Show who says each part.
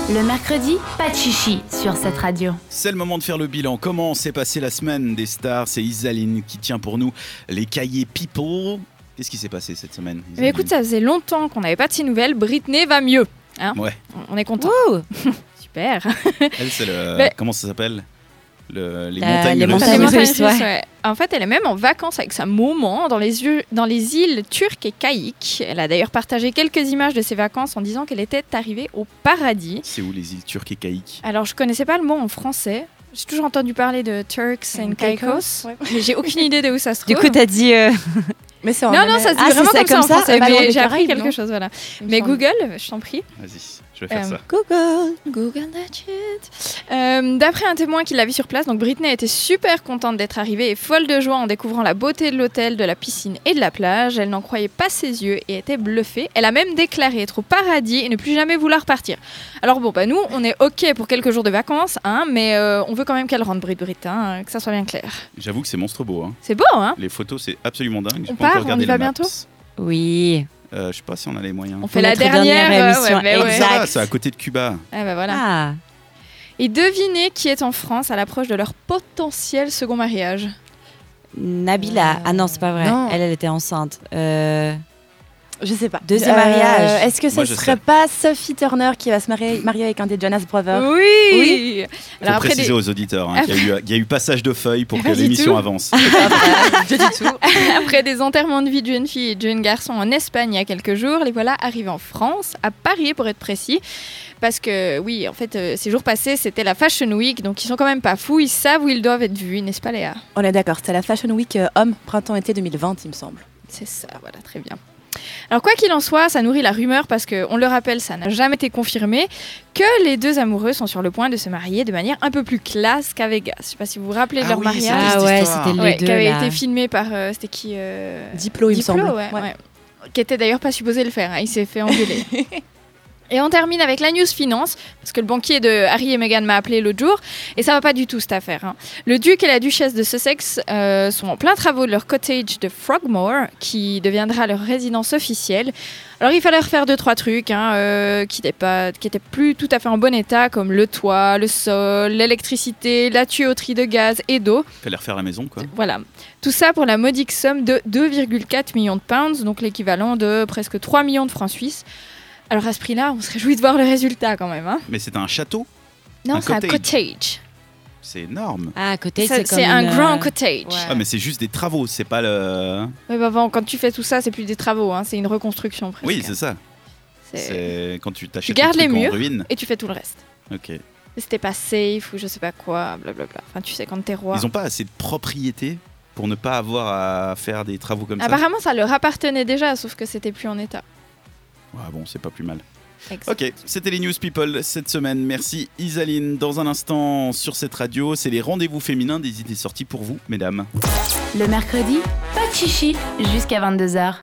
Speaker 1: Le mercredi, pas de chichi sur cette radio.
Speaker 2: C'est le moment de faire le bilan. Comment s'est passée la semaine des stars? C'est Isaline qui tient pour nous les cahiers People. Qu'est-ce qui s'est passé cette semaine, Isaline?
Speaker 3: Mais écoute, ça faisait longtemps qu'on n'avait pas de ses nouvelles. Britney va mieux. Hein,
Speaker 2: Ouais.
Speaker 3: On est content. Super.
Speaker 2: Elle, c'est le...
Speaker 3: Mais-
Speaker 2: Comment ça s'appelle? Les
Speaker 4: les
Speaker 2: montagnes
Speaker 4: montagnes
Speaker 2: russes.
Speaker 4: russes. Ouais.
Speaker 3: Ouais. En fait, elle est même en vacances avec sa maman dans les îles turques et caïques. Elle a d'ailleurs partagé quelques images de ses vacances en disant qu'elle était arrivée au paradis.
Speaker 2: C'est où les îles turques et caïques?
Speaker 3: Alors, je connaissais pas le mot en français. J'ai toujours entendu parler de Turks and Caicos,
Speaker 4: Ouais.
Speaker 3: mais j'ai aucune idée de où ça se trouve.
Speaker 4: Du coup, t'as dit.
Speaker 5: Mais c'est en
Speaker 3: non, ça se dit
Speaker 4: Ah,
Speaker 3: vraiment
Speaker 4: c'est ça,
Speaker 3: comme ça en
Speaker 4: comme ça
Speaker 3: français,
Speaker 5: Bah, dans
Speaker 3: mais
Speaker 5: les
Speaker 3: j'ai appris
Speaker 5: Caraïbes,
Speaker 3: quelque
Speaker 5: non
Speaker 3: chose, voilà.
Speaker 5: Il me
Speaker 3: Mais
Speaker 5: semble.
Speaker 3: Google, je t'en prie.
Speaker 2: Vas-y, je vais faire ça.
Speaker 4: Google.
Speaker 3: D'après un témoin qui l'a vu sur place, donc Britney était super contente d'être arrivée et folle de joie en découvrant la beauté de l'hôtel, de la piscine et de la plage. Elle n'en croyait pas ses yeux et était bluffée. Elle a même déclaré être au paradis et ne plus jamais vouloir partir. Alors bon, nous, on est ok pour quelques jours de vacances, hein, mais on veut quand même qu'elle rentre, Brit, hein, que ça soit bien clair.
Speaker 2: J'avoue que c'est monstre beau. Hein.
Speaker 3: C'est beau, hein?
Speaker 2: Les photos, c'est absolument dingue. J'ai
Speaker 3: On
Speaker 2: pas encore
Speaker 3: part,
Speaker 2: regardé
Speaker 3: on y va
Speaker 2: les maps.
Speaker 3: bientôt
Speaker 4: Oui.
Speaker 2: Je sais pas si on a les moyens.
Speaker 3: On fait
Speaker 4: Pour
Speaker 3: la
Speaker 4: notre
Speaker 3: dernière
Speaker 4: émission,
Speaker 3: ouais, mais ouais.
Speaker 4: exact.
Speaker 2: Ça va, c'est à côté de Cuba.
Speaker 3: Ah bah voilà.
Speaker 4: Ah.
Speaker 3: Et devinez qui est en France à l'approche de leur potentiel second mariage.
Speaker 4: Nabila. Ah non, c'est pas vrai.
Speaker 5: Non.
Speaker 4: Elle était enceinte.
Speaker 5: Je sais pas.
Speaker 4: Deuxième mariage.
Speaker 5: Est-ce que
Speaker 2: Moi,
Speaker 5: ce
Speaker 2: je
Speaker 5: serait
Speaker 2: sais.
Speaker 5: pas Sophie Turner qui va se marier avec un des Jonas Brothers?
Speaker 3: Oui.
Speaker 2: Il faut préciser aux auditeurs hein, qu'il y a eu passage de feuilles pour que
Speaker 3: Pas du
Speaker 2: l'émission
Speaker 3: tout.
Speaker 2: avance.
Speaker 5: Je dis tout.
Speaker 3: Après des enterrements de vie de jeunes filles et de jeunes garçons en Espagne il y a quelques jours, les voilà arrivés en France, à Paris pour être précis. Parce que oui, en fait, ces jours passés, c'était la Fashion Week, donc ils sont quand même pas fous, ils savent où ils doivent être vus, n'est-ce pas Léa?
Speaker 5: On est d'accord, c'est la Fashion Week homme printemps-été 2020, il me semble.
Speaker 3: C'est ça, voilà, très bien. Alors quoi qu'il en soit, ça nourrit la rumeur parce qu'on le rappelle, ça n'a jamais été confirmé, que les deux amoureux sont sur le point de se marier de manière un peu plus classe qu'à Vegas. Je sais pas si vous vous rappelez de
Speaker 2: Ah
Speaker 3: leur
Speaker 2: oui,
Speaker 3: mariage.
Speaker 2: cette
Speaker 4: Ah ouais,
Speaker 2: histoire.
Speaker 4: c'était les
Speaker 3: Ouais,
Speaker 4: deux.
Speaker 3: qui avait
Speaker 4: là.
Speaker 3: été filmé par c'était qui
Speaker 5: Diplo, il me semble.
Speaker 3: Ouais. Qui était d'ailleurs pas supposé le faire, hein, il s'est fait engueuler. Et on termine avec la news finance, parce que le banquier de Harry et Meghan m'a appelé l'autre jour, et ça va pas du tout cette affaire. Hein. Le duc et la duchesse de Sussex sont en plein travaux de leur cottage de Frogmore, qui deviendra leur résidence officielle. Alors il fallait refaire 2-3 trucs hein, qui étaient plus tout à fait en bon état, comme le toit, le sol, l'électricité, la tuyauterie de gaz et d'eau.
Speaker 2: Fallait refaire la maison, quoi.
Speaker 3: Voilà. Tout ça pour la modique somme de 2,4 millions de pounds, donc l'équivalent de presque 3 millions de francs suisses. Alors à ce prix-là, on se réjouit de voir le résultat quand même. Hein.
Speaker 2: Mais c'est un château.
Speaker 3: Non,
Speaker 2: Un
Speaker 3: c'est un
Speaker 2: cottage.
Speaker 3: cottage.
Speaker 2: C'est énorme.
Speaker 4: Ah, à côté,
Speaker 3: C'est
Speaker 4: c'est comme
Speaker 3: un
Speaker 4: une,
Speaker 3: grand cottage.
Speaker 5: ouais.
Speaker 2: Ah, mais c'est juste des travaux, c'est pas le.
Speaker 3: Ouais, bah, bon, quand tu fais tout ça, c'est plus des travaux, hein, c'est une reconstruction presque.
Speaker 2: Oui, c'est ça.
Speaker 3: C'est-
Speaker 2: C'est quand tu t'achètes
Speaker 3: Tu gardes
Speaker 2: le truc
Speaker 3: les
Speaker 2: en
Speaker 3: murs.
Speaker 2: ruine.
Speaker 3: Et tu fais tout le reste.
Speaker 2: Ok.
Speaker 3: Et c'était pas safe ou je sais pas quoi, blablabla. Enfin, tu sais, quand t'es roi.
Speaker 2: Ils ont pas assez de propriété pour ne pas avoir à faire des travaux comme ça.
Speaker 3: Apparemment, ça leur appartenait déjà, sauf que c'était plus en état.
Speaker 2: Ouais, bon, c'est pas plus mal.
Speaker 3: Exact.
Speaker 2: Ok, c'était les News People cette semaine. Merci Isaline. Dans un instant sur cette radio, c'est les rendez-vous féminins des idées sorties pour vous, mesdames.
Speaker 1: Le mercredi, pas de chichi jusqu'à 22h.